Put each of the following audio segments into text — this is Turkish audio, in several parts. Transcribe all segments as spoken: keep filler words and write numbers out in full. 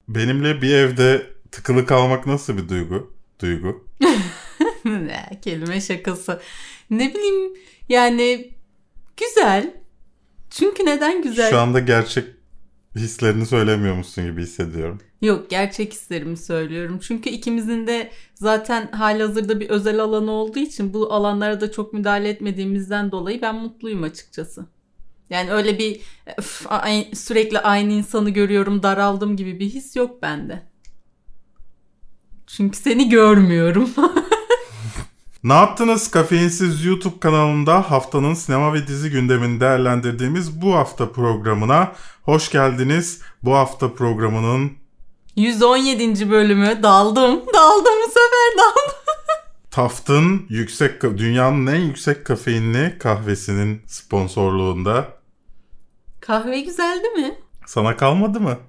benimle bir evde tıkılı kalmak nasıl bir duygu? Duygu. Ne, kelime şakası. Ne bileyim yani güzel. Çünkü neden güzel? Şu anda gerçek hislerini söylemiyormuşsun gibi hissediyorum. Yok, gerçek hislerimi söylüyorum. Çünkü ikimizin de zaten halihazırda bir özel alanı olduğu için bu alanlara da çok müdahale etmediğimizden dolayı ben mutluyum açıkçası. Yani öyle bir öf, sürekli aynı insanı görüyorum, daraldım gibi bir his yok bende. Çünkü seni görmüyorum. Ne yaptınız? Kafeinsiz YouTube kanalında haftanın sinema ve dizi gündemini değerlendirdiğimiz bu hafta programına hoş geldiniz. Bu hafta programının yüz on yedinci bölümü. Daldım. Daldım bu sefer daldım. Taft'ın yüksek dünyanın en yüksek kafeinli kahvesinin sponsorluğunda. Kahve güzel değil mi? Sana kalmadı mı?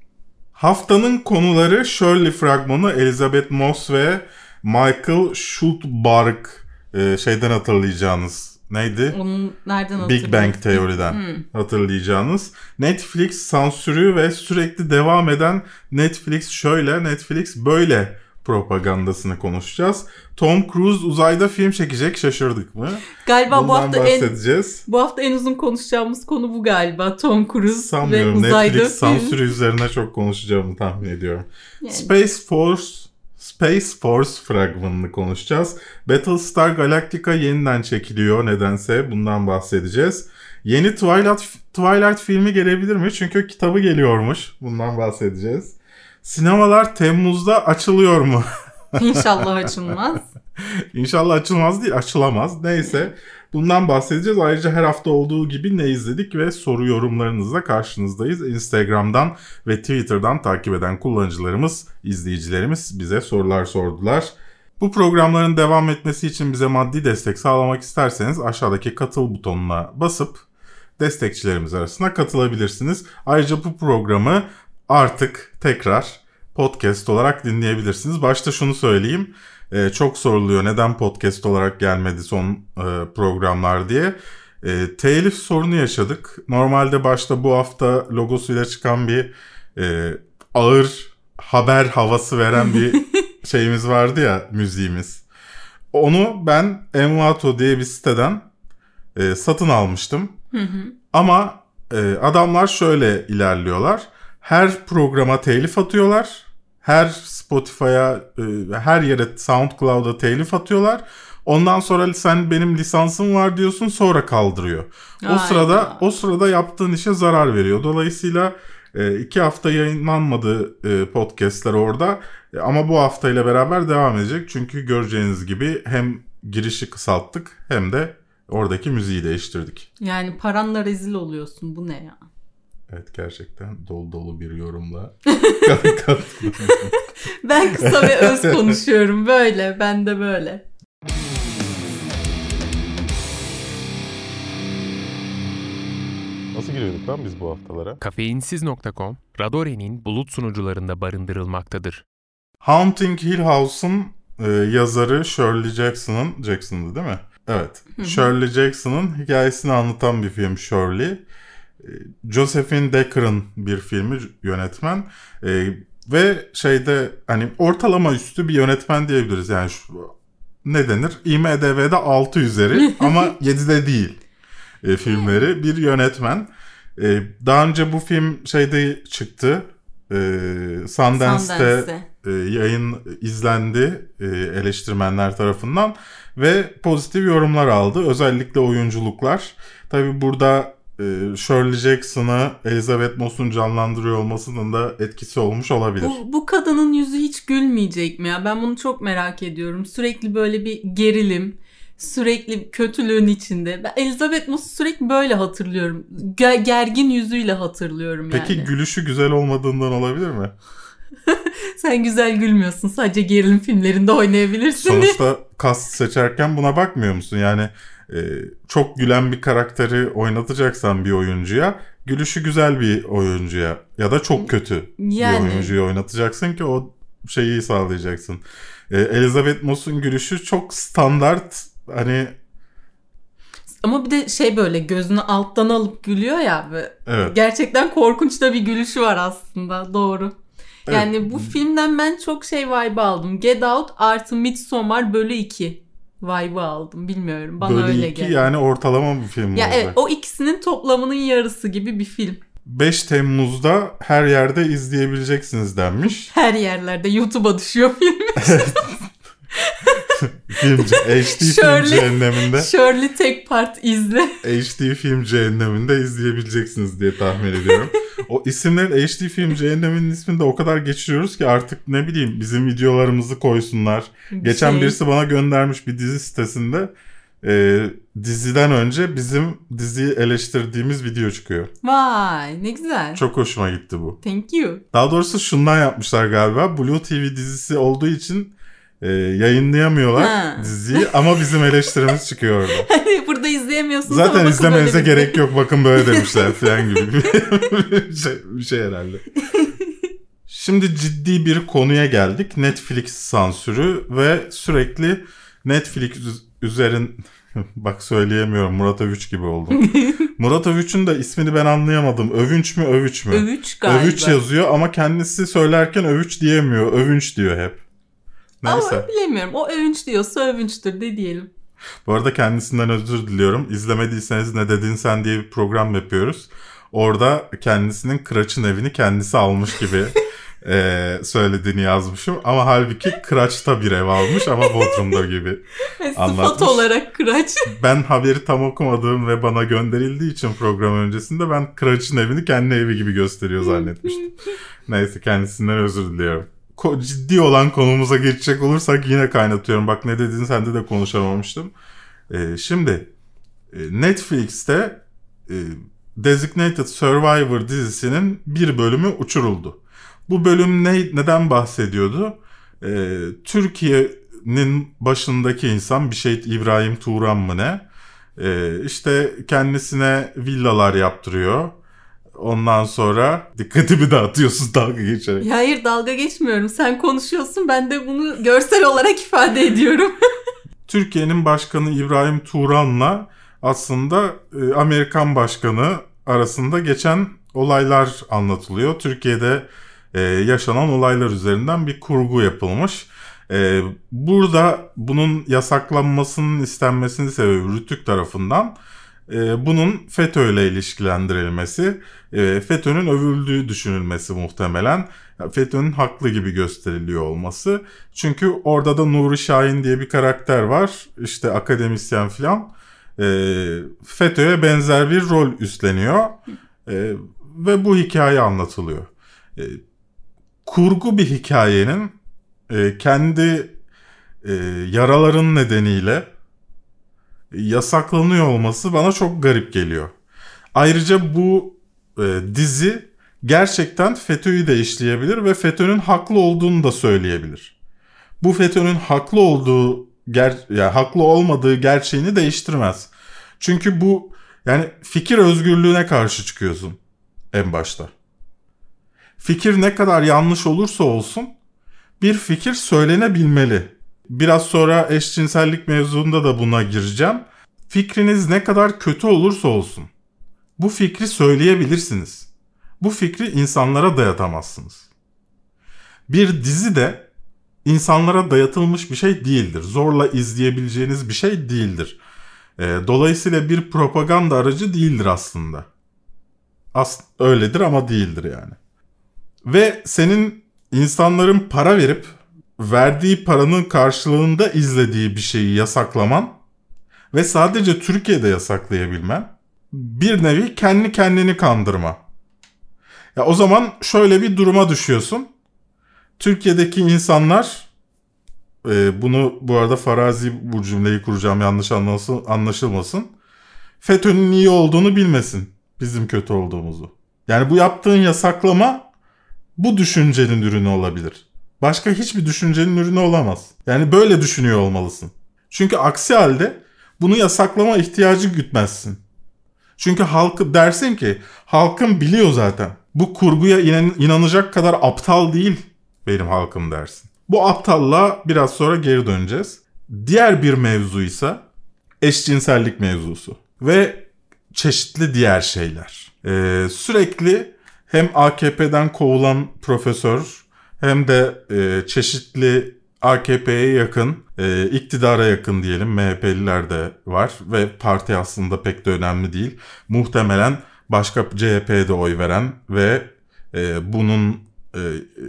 Haftanın konuları Shirley fragmanı, Elizabeth Moss ve Michael Schultberg e, şeyden hatırlayacağınız. Neydi? Onu nereden hatırladın? Big Bang Teori'den hmm. hatırlayacağınız. Netflix sansürü ve sürekli devam eden Netflix şöyle, Netflix böyle propagandasını konuşacağız. Tom Cruise uzayda film çekecek, şaşırdık mı? Galiba Bundan bu hafta bahsedeceğiz. en bu hafta en uzun konuşacağımız konu bu galiba. Tom Cruise Sanmıyorum. ve uzayda Netflix film. sansürü üzerine çok konuşacağımı tahmin ediyorum. Yani. Space Force Space Force fragmanını konuşacağız. Battlestar Galactica yeniden çekiliyor nedense. Bundan bahsedeceğiz. Yeni Twilight Twilight filmi gelebilir mi? Çünkü kitabı geliyormuş. Bundan bahsedeceğiz. Sinemalar Temmuz'da açılıyor mu? İnşallah açılmaz. İnşallah açılmaz değil, açılamaz. Neyse, bundan bahsedeceğiz. Ayrıca her hafta olduğu gibi ne izledik ve soru yorumlarınızla karşınızdayız. Instagram'dan ve Twitter'dan takip eden kullanıcılarımız, izleyicilerimiz bize sorular sordular. Bu programların devam etmesi için bize maddi destek sağlamak isterseniz aşağıdaki katıl butonuna basıp destekçilerimiz arasına katılabilirsiniz. Ayrıca bu programı artık tekrar podcast olarak dinleyebilirsiniz. Başta şunu söyleyeyim. Ee, çok soruluyor neden podcast olarak gelmedi son e, programlar diye. E, telif sorunu yaşadık. Normalde başta bu hafta logosuyla çıkan bir e, ağır haber havası veren bir şeyimiz vardı ya, müziğimiz. Onu ben Envato diye bir siteden e, satın almıştım. Hı hı. Ama e, adamlar şöyle ilerliyorlar. Her programa telif atıyorlar. Her Spotify'a, e, her yere, SoundCloud'a telif atıyorlar. Ondan sonra sen benim lisansım var diyorsun, sonra kaldırıyor. O Aynen. sırada o sırada yaptığın işe zarar veriyor. Dolayısıyla e, iki hafta yayınlanmadı e, podcastler orada. E, ama bu haftayla beraber devam edecek. Çünkü göreceğiniz gibi hem girişi kısalttık hem de oradaki müziği değiştirdik. Yani paranla rezil oluyorsun. Bu ne ya? Evet, gerçekten dolu dolu bir yorumla. Ben kısa ve öz konuşuyorum. Böyle. Ben de böyle. Nasıl giriyorduk lan biz bu haftalara? Kafeinsiz nokta com, Radore'nin bulut sunucularında barındırılmaktadır. Haunting Hill House'un e, yazarı Shirley Jackson'ın, Jackson'dı değil mi? Evet. Hı hı. Shirley Jackson'ın hikayesini anlatan bir film Shirley. Josephine Decker'ın bir filmi, yönetmen. Ee, ve şeyde hani ortalama üstü bir yönetmen diyebiliriz. Yani şu, ne denir? I M D B'de altı üzeri ama yedide değil e, filmleri. Bir yönetmen. E, daha önce bu film şeyde çıktı. E, Sundance'te Sundance'te. E, yayın izlendi e, eleştirmenler tarafından ve pozitif yorumlar aldı. Özellikle oyunculuklar. Tabii burada Shirley Jackson'ı Elizabeth Moss'un canlandırıyor olmasının da etkisi olmuş olabilir. Bu, bu kadının yüzü hiç gülmeyecek mi ya? Ben bunu çok merak ediyorum. Sürekli böyle bir gerilim, sürekli kötülüğün içinde. Ben Elizabeth Moss'u sürekli böyle hatırlıyorum. Ger- gergin yüzüyle hatırlıyorum yani. Peki gülüşü güzel olmadığından olabilir mi? Sen güzel gülmüyorsun. Sadece gerilim filmlerinde oynayabilirsin. Sonuçta cast seçerken buna bakmıyor musun? Yani e, çok gülen bir karakteri oynatacaksan bir oyuncuya, gülüşü güzel bir oyuncuya ya da çok kötü yani bir oyuncuyu oynatacaksın ki o şeyi sağlayacaksın. E, Elizabeth Moss'un gülüşü çok standart, hani. Ama bir de şey, böyle gözünü alttan alıp gülüyor ya. Evet. Gerçekten korkunç da bir gülüşü var aslında. Doğru. Yani Evet. bu filmden ben çok şey vibe aldım. Get Out artı Midsommar bölü iki vibe aldım. Bilmiyorum. Bana Bölü öyle iki geldi. yani ortalama bir film Ya olacak. evet, o ikisinin toplamının yarısı gibi bir film. beş Temmuz'da her yerde izleyebileceksiniz denmiş. Her yerlerde YouTube'a düşüyor film. Filmci, H D film Shirley- cehenneminde Shirley tek part izle. H D film cehenneminde izleyebileceksiniz diye tahmin ediyorum. O isimlerin H D film cehenneminin ismini de o kadar geçiriyoruz ki artık ne bileyim bizim videolarımızı koysunlar. Geçen Şey, birisi bana göndermiş bir dizi sitesinde e, diziden önce bizim diziyi eleştirdiğimiz video çıkıyor. Vay ne güzel. Çok hoşuma gitti bu. Thank you. Daha doğrusu şundan yapmışlar galiba. Blue T V dizisi olduğu için e, yayınlayamıyorlar Ha. diziyi ama bizim eleştirimiz çıkıyor orada. Hani burada izleyemiyorsunuz ama Zaten bakın izlemenize böyle bir- gerek yok. Bakın böyle demişler falan gibi bir şey, bir şey herhalde. Şimdi ciddi bir konuya geldik. Netflix sansürü ve sürekli Netflix üzerin bak söyleyemiyorum. Murat Övüç gibi oldum. Murat Övüç'ün de ismini ben anlayamadım. Övünç mü Övüç mü? Övüç galiba. Övüç yazıyor ama kendisi söylerken Övüç diyemiyor. Övünç diyor hep. Neyse. Ama bilemiyorum. O övünç diyorsa övünçtür de diyelim. Bu arada kendisinden özür diliyorum. İzlemediyseniz Ne Dedin Sen diye bir program yapıyoruz. Orada kendisinin Kıraç'ın evini kendisi almış gibi e, söylediğini yazmışım. Ama halbuki Kıraç'ta bir ev almış ama Bodrum'da gibi Ve anlatmış. sıfat olarak Kıraç. Ben haberi tam okumadığım ve bana gönderildiği için program öncesinde ben Kıraç'ın evini kendi evi gibi gösteriyor zannetmiştim. Neyse kendisinden özür diliyorum. Ko- ciddi olan konumuza geçecek olursak yine kaynatıyorum. Bak Ne Dedin Sen'de de konuşamamıştım. Ee, şimdi e, Netflix'te e, Designated Survivor dizisinin bir bölümü uçuruldu. Bu bölüm ne, neden bahsediyordu? Ee, Türkiye'nin başındaki insan bir şey İbrahim Turan mı ne? Ee, işte kendisine villalar yaptırıyor. Ondan sonra dikkatimi dağıtıyorsun dalga geçerek. Ya hayır dalga geçmiyorum. Sen konuşuyorsun. Ben de bunu görsel olarak ifade ediyorum. Türkiye'nin başkanı İbrahim Turan'la aslında e, Amerikan başkanı arasında geçen olaylar anlatılıyor. Türkiye'de e, yaşanan olaylar üzerinden bir kurgu yapılmış. E, burada bunun yasaklanmasının istenmesinin sebebi Rütük tarafından e, bunun FETÖ ile ilişkilendirilmesi, e, FETÖ'nün övüldüğü düşünülmesi muhtemelen. FETÖ'nün haklı gibi gösteriliyor olması. Çünkü orada da Nuri Şahin diye bir karakter var. İşte akademisyen falan. E, FETÖ'ye benzer bir rol üstleniyor. E, ve bu hikaye anlatılıyor. E, kurgu bir hikayenin e, kendi e, yaraların nedeniyle yasaklanıyor olması bana çok garip geliyor. Ayrıca bu e, dizi gerçekten FETÖ'yü de işleyebilir ve FETÖ'nün haklı olduğunu da söyleyebilir. Bu FETÖ'nün haklı olduğu, ger- yani haklı olmadığı gerçeğini değiştirmez. Çünkü bu yani fikir özgürlüğüne karşı çıkıyorsun en başta. Fikir ne kadar yanlış olursa olsun bir fikir söylenebilmeli. Biraz sonra eşcinsellik mevzuunda da buna gireceğim. Fikriniz ne kadar kötü olursa olsun bu fikri söyleyebilirsiniz. Bu fikri insanlara dayatamazsınız. Bir dizi de insanlara dayatılmış bir şey değildir. Zorla izleyebileceğiniz bir şey değildir. E, dolayısıyla bir propaganda aracı değildir aslında. As- öyledir ama değildir yani. Ve senin insanların para verip verdiği paranın karşılığında izlediği bir şeyi yasaklaman ve sadece Türkiye'de yasaklayabilmen bir nevi kendi kendini kandırma. Ya o zaman şöyle bir duruma düşüyorsun. Türkiye'deki insanlar e, bunu bu arada farazi bu cümleyi kuracağım yanlış anlasın, anlaşılmasın. FETÖ'nün iyi olduğunu bilmesin. Bizim kötü olduğumuzu. Yani bu yaptığın yasaklama bu düşüncenin ürünü olabilir. Başka hiçbir düşüncenin ürünü olamaz. Yani böyle düşünüyor olmalısın. Çünkü aksi halde bunu yasaklama ihtiyacı gütmezsin. Çünkü halkı dersin ki halkım biliyor zaten. Bu kurguya inan- inanacak kadar aptal değil benim halkım dersin. Bu aptallığa biraz sonra geri döneceğiz. Diğer bir mevzu ise eşcinsellik mevzusu ve çeşitli diğer şeyler. Ee, sürekli hem A K P'den kovulan profesör hem de e, çeşitli A K P'ye yakın, e, iktidara yakın diyelim M H P'liler de var ve parti aslında pek de önemli değil. Muhtemelen başka C H P'ye de oy veren ve e, bunun e,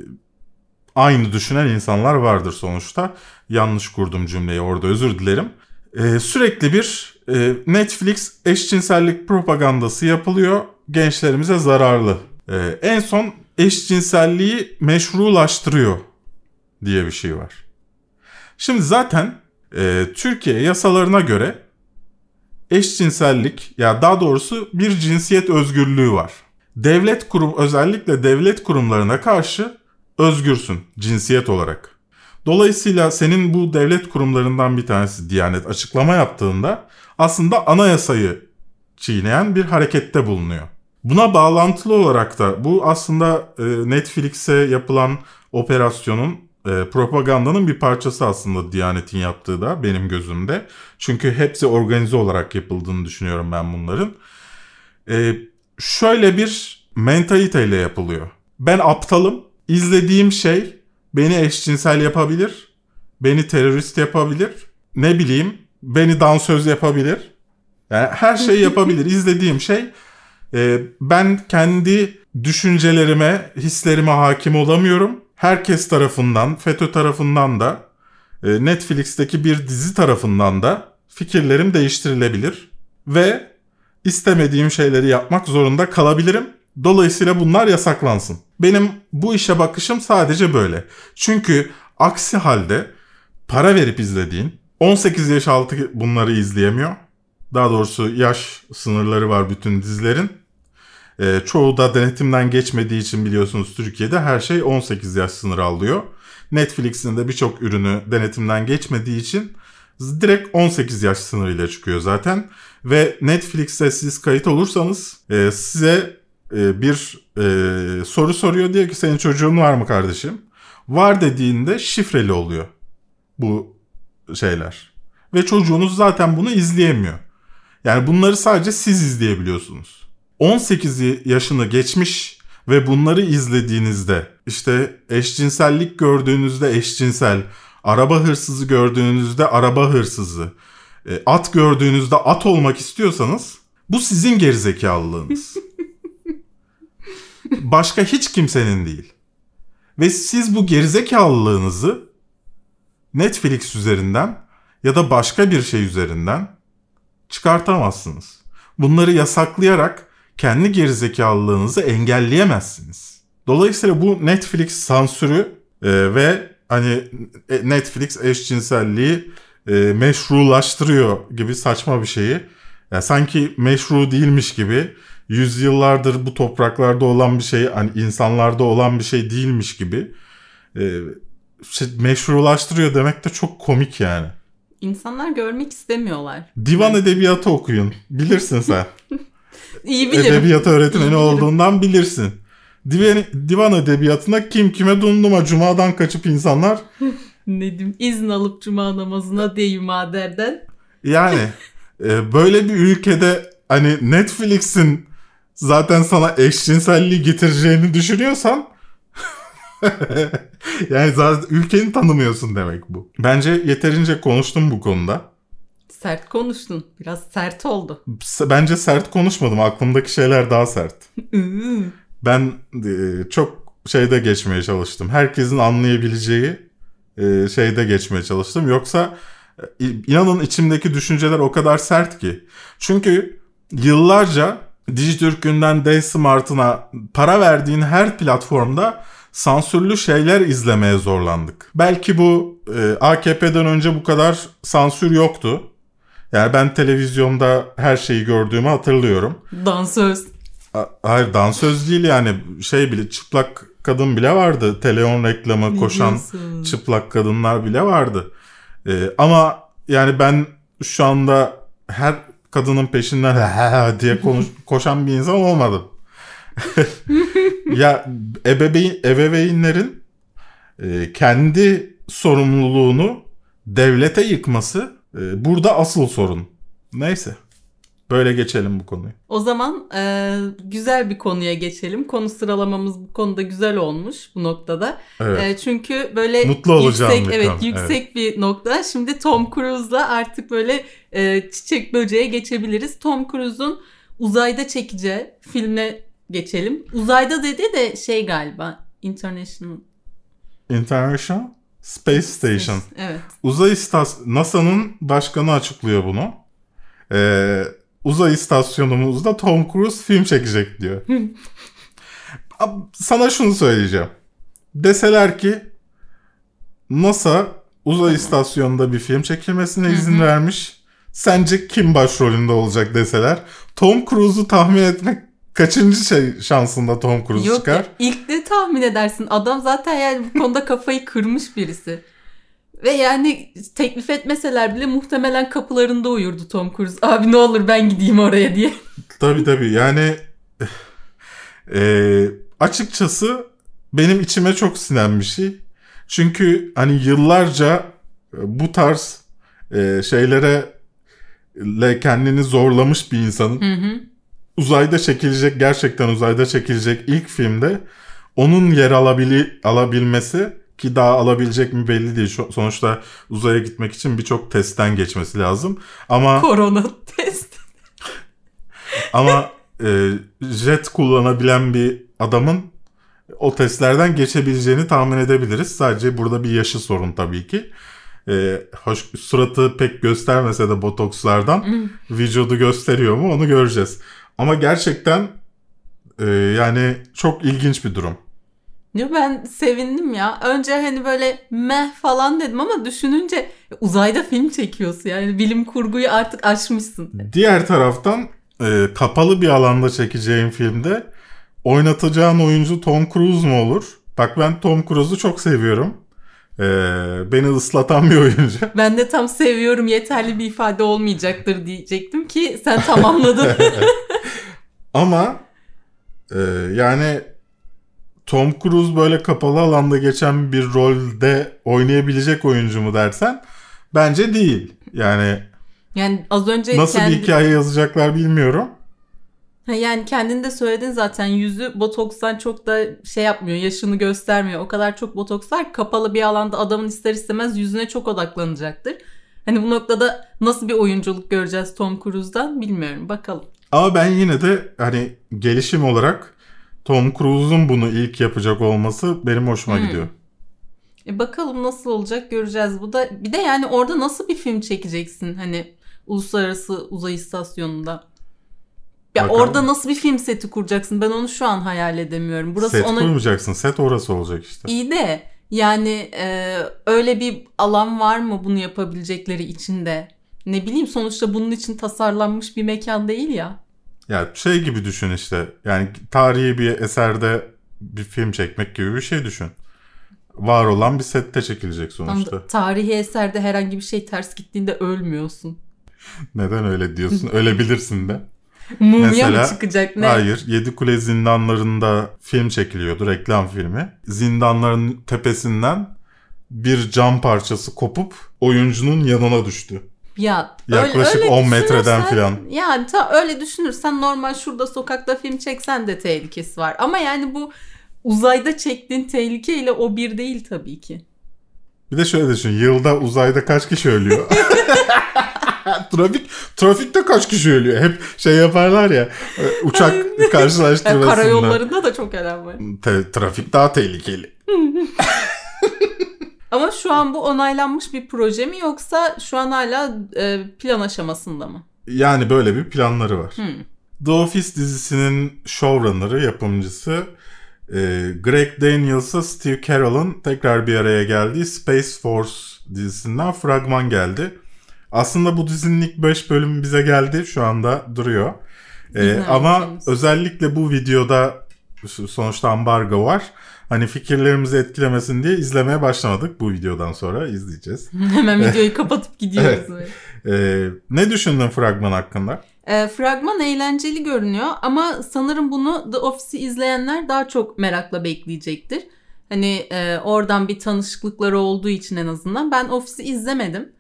aynı düşünen insanlar vardır sonuçta. Yanlış kurdum cümleyi orada, özür dilerim. E, sürekli bir e, Netflix eşcinsellik propagandası yapılıyor. Gençlerimize zararlı. E, en son eşcinselliği meşrulaştırıyor diye bir şey var. Şimdi zaten e, Türkiye yasalarına göre eşcinsellik, ya daha doğrusu bir cinsiyet özgürlüğü var. Devlet kurum, özellikle devlet kurumlarına karşı özgürsün cinsiyet olarak. Dolayısıyla senin bu devlet kurumlarından bir tanesi Diyanet açıklama yaptığında aslında anayasayı çiğneyen bir harekette bulunuyor. Buna bağlantılı olarak da bu aslında e, Netflix'e yapılan operasyonun, e, propagandanın bir parçası aslında Diyanet'in yaptığı da benim gözümde. Çünkü hepsi organize olarak yapıldığını düşünüyorum ben bunların. E, şöyle bir mentaliteyle yapılıyor. Ben aptalım, izlediğim şey beni eşcinsel yapabilir, beni terörist yapabilir, ne bileyim beni dansöz yapabilir. Yani her şeyi yapabilir. İzlediğim şey, e, ben kendi düşüncelerime, hislerime hakim olamıyorum. Herkes tarafından, FETÖ tarafından da, e, Netflix'teki bir dizi tarafından da fikirlerim değiştirilebilir. Ve istemediğim şeyleri yapmak zorunda kalabilirim. Dolayısıyla bunlar yasaklansın. Benim bu işe bakışım sadece böyle. Çünkü aksi halde para verip izlediğin, on sekiz yaş altı bunları izleyemiyor. Daha doğrusu yaş sınırları var bütün dizilerin. Ee, çoğu da denetimden geçmediği için biliyorsunuz Türkiye'de her şey on sekiz yaş sınırı alıyor. Netflix'in de birçok ürünü denetimden geçmediği için direkt on sekiz yaş sınırıyla çıkıyor zaten. Ve Netflix'e siz kayıt olursanız e, size e, bir e, soru soruyor. Diyor ki senin çocuğun var mı kardeşim? Var dediğinde şifreli oluyor bu şeyler. Ve çocuğunuz zaten bunu izleyemiyor. Yani bunları sadece siz izleyebiliyorsunuz. on sekiz yaşını geçmiş ve bunları izlediğinizde, işte eşcinsellik gördüğünüzde eşcinsel, araba hırsızı gördüğünüzde araba hırsızı, at gördüğünüzde at olmak istiyorsanız bu sizin gerizekalılığınız. Başka hiç kimsenin değil. Ve siz bu gerizekalılığınızı Netflix üzerinden ya da başka bir şey üzerinden çıkartamazsınız. Bunları yasaklayarak kendi gerizekalılığınızı engelleyemezsiniz. Dolayısıyla bu Netflix sansürü e, ve hani Netflix eşcinselliği e, meşrulaştırıyor gibi saçma bir şeyi. Yani sanki meşru değilmiş gibi, yüzyıllardır bu topraklarda olan bir şey, hani insanlarda olan bir şey değilmiş gibi e, şey, meşrulaştırıyor demek de çok komik yani. İnsanlar görmek istemiyorlar. Divan edebiyatı okuyun. Bilirsin sen. İyi bilirim. Edebiyat öğretmeni olduğundan bilirsin. Divan, divan edebiyatına kim kime dumduma cumadan kaçıp insanlar. Nedim izin alıp cuma namazına deyim derden. Yani e, böyle bir ülkede hani Netflix'in zaten sana eşcinselliği getireceğini düşünüyorsan yani zaten ülkeni tanımıyorsun demek bu. Bence yeterince konuştum bu konuda. Sert konuştun. Biraz sert oldu. Bence sert konuşmadım. Aklımdaki şeyler daha sert. Ben e, çok şeyde geçmeye çalıştım. Herkesin anlayabileceği e, şeyde geçmeye çalıştım. Yoksa e, inanın içimdeki düşünceler o kadar sert ki. Çünkü yıllarca Dijitürk'ünden D-Smart'ına para verdiğin her platformda sansürlü şeyler izlemeye zorlandık. Belki bu e, A K P'den önce bu kadar sansür yoktu. Yani ben televizyonda her şeyi gördüğümü hatırlıyorum. Dansöz. A- Hayır dansöz değil yani şey bile, çıplak kadın bile vardı. Teleon reklamı koşan çıplak kadınlar bile vardı. Ee, ama yani ben şu anda her kadının peşinden diye konuş, koşan bir insan olmadım. Ya ebeveyn, ebeveynlerin e, kendi sorumluluğunu devlete yıkması e, burada asıl sorun. Neyse. Böyle geçelim bu konuyu. O zaman e, güzel bir konuya geçelim. Konu sıralamamız bu konuda güzel olmuş bu noktada. Evet. E, çünkü böyle mutlu olacağım yüksek, bir evet, konu. yüksek evet. bir nokta. Şimdi Tom Cruise'la artık böyle e, çiçek böceğe geçebiliriz. Tom Cruise'un uzayda çekeceği filmine geçelim. Uzayda dedi de şey galiba International International Space Station. Evet. Uzay istasyonu, NASA'nın başkanı açıklıyor bunu. Ee, uzay istasyonumuzda Tom Cruise film çekecek diyor. Sana şunu söyleyeceğim. Deseler ki NASA uzay istasyonunda bir film çekilmesine izin vermiş. Sence kim başrolünde olacak deseler? Tom Cruise'u tahmin etmek kaçıncı şey şansında Tom Cruise Yok, çıkar? İlk de tahmin edersin. Adam zaten yani bu konuda kafayı kırmış birisi. Ve yani teklif etmeseler bile muhtemelen kapılarında uyurdu Tom Cruise. Abi ne olur ben gideyim oraya diye. Tabii tabii yani e, açıkçası benim içime çok sinen bir şey. Çünkü hani yıllarca bu tarz e, şeylere le kendini zorlamış bir insanın hı hı. uzayda çekilecek, gerçekten uzayda çekilecek ilk filmde onun yer alabili, alabilmesi, ki daha alabilecek mi belli değil. Sonuçta uzaya gitmek için birçok testten geçmesi lazım. Ama korona test. ama e, jet kullanabilen bir adamın o testlerden geçebileceğini tahmin edebiliriz. Sadece burada bir yaşı sorun tabii ki. E, hoş, suratı pek göstermese de botokslardan vücudu gösteriyor mu onu göreceğiz. Ama gerçekten e, yani çok ilginç bir durum. Ya ben sevindim ya. Önce hani böyle meh falan dedim ama düşününce uzayda film çekiyorsun. Yani bilim kurguyu artık aşmışsın. Diğer taraftan e, kapalı bir alanda çekeceğim filmde oynatacağın oyuncu Tom Cruise mu olur? Bak ben Tom Cruise'u çok seviyorum. E, beni ıslatan bir oyuncu. Ben de tam seviyorum yeterli bir ifade olmayacaktır diyecektim ki sen tamamladın. Ama e, yani Tom Cruise böyle kapalı alanda geçen bir rolde oynayabilecek oyuncu mu dersen bence değil. Yani yani az önce nasıl kendi... bir hikaye yazacaklar bilmiyorum. Ha yani kendin de söyledin zaten yüzü botokstan çok da şey yapmıyor, yaşını göstermiyor. O kadar çok botoks var, kapalı bir alanda adamın ister istemez yüzüne çok odaklanacaktır. Hani bu noktada nasıl bir oyunculuk göreceğiz Tom Cruise'dan bilmiyorum, bakalım. Ama ben yine de hani gelişim olarak Tom Cruise'un bunu ilk yapacak olması benim hoşuma hmm. gidiyor. E bakalım nasıl olacak göreceğiz. Bu da bir de yani orada nasıl bir film çekeceksin hani uluslararası uzay istasyonunda. Ya bakalım. Orada nasıl bir film seti kuracaksın? Ben onu şu an hayal edemiyorum. Burası set ona... kurmayacaksın. Set orası olacak işte. İyi de yani e, öyle bir alan var mı bunu yapabilecekleri içinde? Ne bileyim sonuçta bunun için tasarlanmış bir mekan değil ya. Ya şey gibi düşün işte. Yani tarihi bir eserde bir film çekmek gibi bir şey düşün. Var olan bir sette çekilecek sonuçta. Ama tarihi eserde herhangi bir şey ters gittiğinde ölmüyorsun. Neden öyle diyorsun? Ölebilirsin de. Mumya Mesela, mı çıkacak ne? Hayır. Yedikule zindanlarında film çekiliyordu. Reklam filmi. Zindanların tepesinden bir cam parçası kopup oyuncunun yanına düştü. Ya yaklaşık öyle, öyle on metreden filan. Yani ta öyle düşünürsen normal şurada sokakta film çeksen de tehlikesi var. Ama yani bu uzayda çektiğin tehlikeyle o bir değil tabii ki. Bir de şöyle düşün. Yılda uzayda kaç kişi ölüyor? Trafik trafikte kaç kişi ölüyor? Hep şey yaparlar ya. Uçak karşılaştırmasında. Karayollarında da çok önem var. Te- trafik daha tehlikeli. Ama şu an bu onaylanmış bir proje mi yoksa şu an hala e, plan aşamasında mı? Yani böyle bir planları var. Hmm. The Office dizisinin showrunner'ı, yapımcısı e, Greg Daniels'a Steve Carell'ın tekrar bir araya geldiği Space Force dizisinden fragman geldi. Aslında bu dizinin ilk beş bölümü bize geldi. Şu anda duruyor. Ee, ama özellikle bu videoda sonuçta ambargo var. Hani fikirlerimizi etkilemesin diye izlemeye başlamadık. Bu videodan sonra izleyeceğiz. Hemen videoyu kapatıp gidiyoruz. Evet. Ee, ne düşündün fragman hakkında? E, fragman eğlenceli görünüyor ama sanırım bunu The Office'i izleyenler daha çok merakla bekleyecektir. Hani e, oradan bir tanışıklıkları olduğu için en azından. Ben Office'i izlemedim.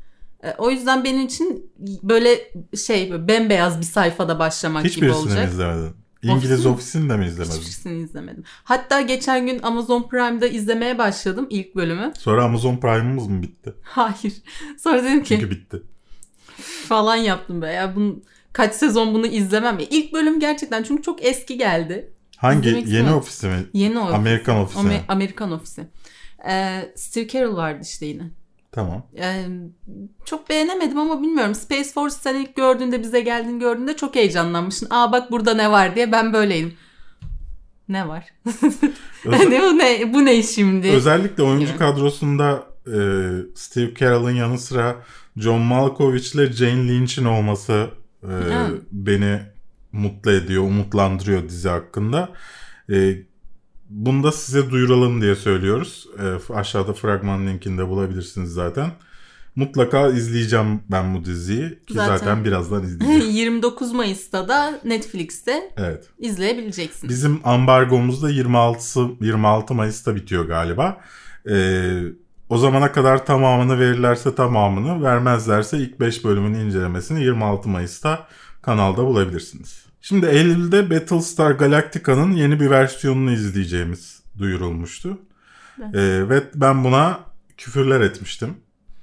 E, o yüzden benim için böyle şey böyle bembeyaz bir sayfada başlamak gibi olacak. Hiçbirisini mi izlemedin? İngiliz Ofisini, Ofisini de mi izlemedin? Hiçbirisini izlemedim. Hatta geçen gün Amazon Prime'da izlemeye başladım ilk bölümü. Sonra Amazon Prime'ımız mı bitti? Hayır. Sonra dedim ki Çünkü bitti. falan yaptım be ya. Bunu, kaç sezon bunu izlemem. İlk bölüm gerçekten çünkü çok eski geldi. Hangi? İzlemek Yeni istemedim. Ofisi mi? Yeni Ofisi. Amerikan Ofisi Amer- mi? Amerikan Ofisi. Ee, Steve Carell vardı işte yine. Tamam. Ee, çok beğenemedim ama bilmiyorum. Space Force sen ilk gördüğünde, bize geldiğini gördüğünde çok heyecanlanmışsın. Aa bak burada ne var diye, ben böyleydim. Ne var? Özel- ne bu ne bu ne şimdi? Özellikle oyuncu gibi. kadrosunda e, Steve Carell'ın yanı sıra John Malkovich ile Jane Lynch'in olması e, Hı. beni mutlu ediyor, umutlandırıyor dizi hakkında. E, bunu da size duyuralım diye söylüyoruz. E, aşağıda fragman linkini de bulabilirsiniz zaten. Mutlaka izleyeceğim ben bu diziyi. Ki zaten, Zaten birazdan izleyeceğim. yirmi dokuz Mayıs'ta da Netflix'te Evet. izleyebileceksiniz. Bizim ambargomuz da yirmi altısı yirmi altı Mayıs'ta bitiyor galiba. Ee, o zamana kadar tamamını verirlerse tamamını, vermezlerse ilk beş bölümün incelemesini yirmi altı Mayıs'ta kanalda bulabilirsiniz. Şimdi Eylül'de Battlestar Galactica'nın yeni bir versiyonunu izleyeceğimiz duyurulmuştu. Evet. Ee, ve ben buna küfürler etmiştim.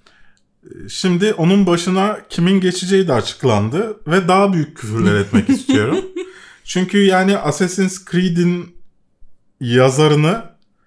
Şimdi onun başına kimin geçeceği de açıklandı ve daha büyük küfürler etmek istiyorum. Çünkü yani Assassin's Creed'in yazarını,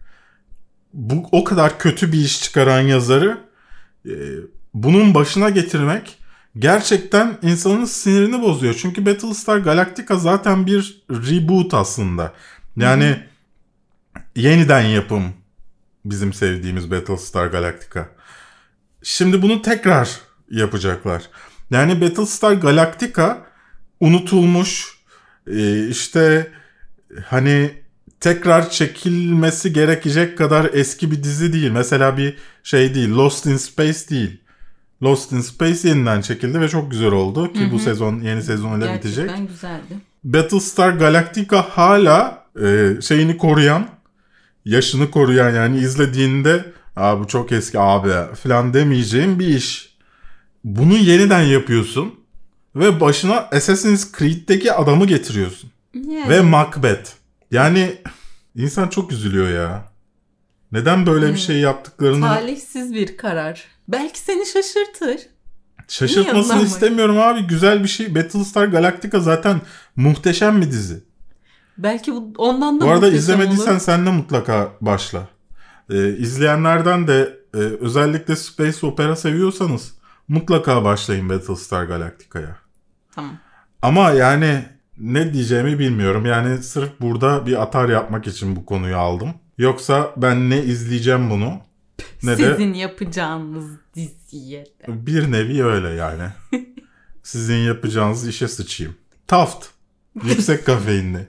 bu o kadar kötü bir iş çıkaran yazarı e, bunun başına getirmek gerçekten insanın sinirini bozuyor. Çünkü Battlestar Galactica zaten bir reboot aslında. Yani Hı-hı. yeniden yapım bizim sevdiğimiz Battlestar Galactica. Şimdi bunu tekrar yapacaklar. Yani Battlestar Galactica unutulmuş, işte hani tekrar çekilmesi gerekecek kadar eski bir dizi değil. Mesela bir şey değil, Lost in Space değil. Lost in Space yeniden çekildi ve çok güzel oldu ki Hı-hı. bu sezon yeni sezonuyla bitecek. Gerçekten güzeldi. Battlestar Galactica hala e, şeyini koruyan, yaşını koruyan, yani izlediğinde "Aa, bu çok eski abi" falan demeyeceğim bir iş. Bunu yeniden yapıyorsun ve başına Assassin's Creed'deki adamı getiriyorsun. Yani. Ve Macbeth. Yani insan çok üzülüyor ya. Neden böyle hmm. bir şey yaptıklarını... Talihsiz bir karar. Belki seni şaşırtır. Şaşırtmasını istemiyorum abi. Güzel bir şey. Battlestar Galactica zaten muhteşem bir dizi. Belki bu ondan da Bu arada muhteşem izlemediysen olur. sen de mutlaka başla. Ee, izleyenlerden de e, özellikle space opera seviyorsanız mutlaka başlayın Battlestar Galactica'ya. Tamam. Ama yani ne diyeceğimi bilmiyorum. Yani sırf burada bir atar yapmak için bu konuyu aldım. Yoksa ben ne izleyeceğim bunu ne de... Sizin yapacağınız diziye de. Bir nevi öyle yani. Sizin yapacağınız işe sıçayım. Taft. Yüksek kafeinli.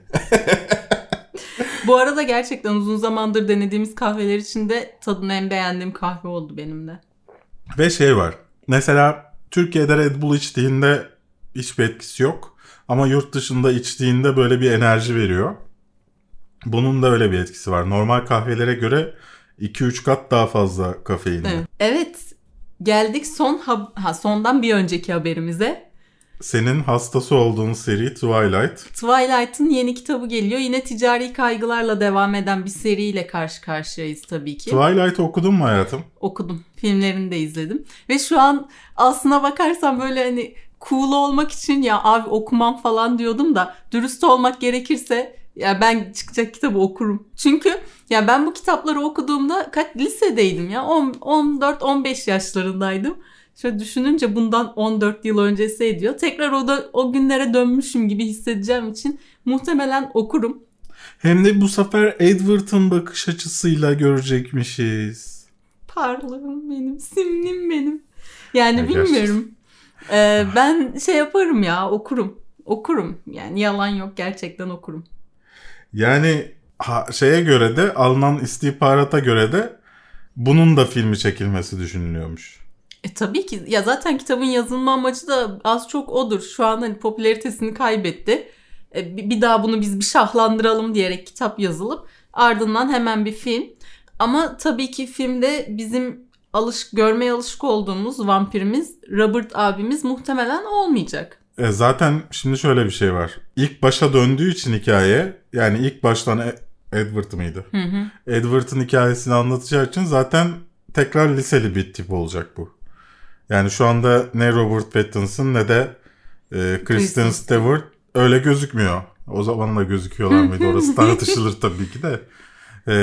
Bu arada gerçekten uzun zamandır denediğimiz kahveler içinde tadını en beğendiğim kahve oldu benim de. Ve şey var. Mesela Türkiye'de Red Bull içtiğinde hiçbir etkisi yok. Ama yurt dışında içtiğinde böyle bir enerji veriyor. Bunun da öyle bir etkisi var. Normal kahvelere göre iki üç kat daha fazla kafeinli. Evet. Evet. Geldik son ha- ha, sondan bir önceki haberimize. Senin hastası olduğun seri Twilight. Twilight'ın yeni kitabı geliyor. Yine ticari kaygılarla devam eden bir seriyle karşı karşıyayız tabii ki. Twilight'ı okudun mu hayatım? Okudum. Filmlerini de izledim. Ve şu an aslına bakarsan böyle hani cool olmak için ya abi okumam falan diyordum da dürüst olmak gerekirse ya ben çıkacak kitabı okurum. Çünkü ya ben bu kitapları okuduğumda kaç lisedeydim ya on dört on beş yaşlarındaydım. Şöyle düşününce bundan on dört yıl öncesi ediyor. Tekrar o da o günlere dönmüşüm gibi hissedeceğim için muhtemelen okurum. Hem de bu sefer Edward'ın bakış açısıyla görecekmişiz. Parlağım benim, simlim benim. Yani ya bilmiyorum. Ee, ben şey yaparım ya, okurum. Okurum. Yani yalan yok, gerçekten okurum. Yani ha, şeye göre de Alman istihbarata göre de bunun da filmi çekilmesi düşünülüyormuş. E tabii ki. Ya zaten kitabın yazılma amacı da az çok odur. Şu an hani popülaritesini kaybetti. E, bir daha bunu biz bir şahlandıralım diyerek kitap yazılıp ardından hemen bir film. Ama tabii ki filmde bizim alış görmeye alışık olduğumuz vampirimiz Robert abimiz muhtemelen olmayacak. E zaten şimdi şöyle bir şey var. İlk başa döndüğü için hikaye, yani ilk baştan Edward mıydı? Hı hı. Edward'ın hikayesini anlatacağı için zaten tekrar liseli bir tip olacak bu. Yani şu anda ne Robert Pattinson ne de e, Kristen Stewart öyle gözükmüyor. O zaman da gözüküyorlar mıydı? Orası tartışılır tabii ki de. E,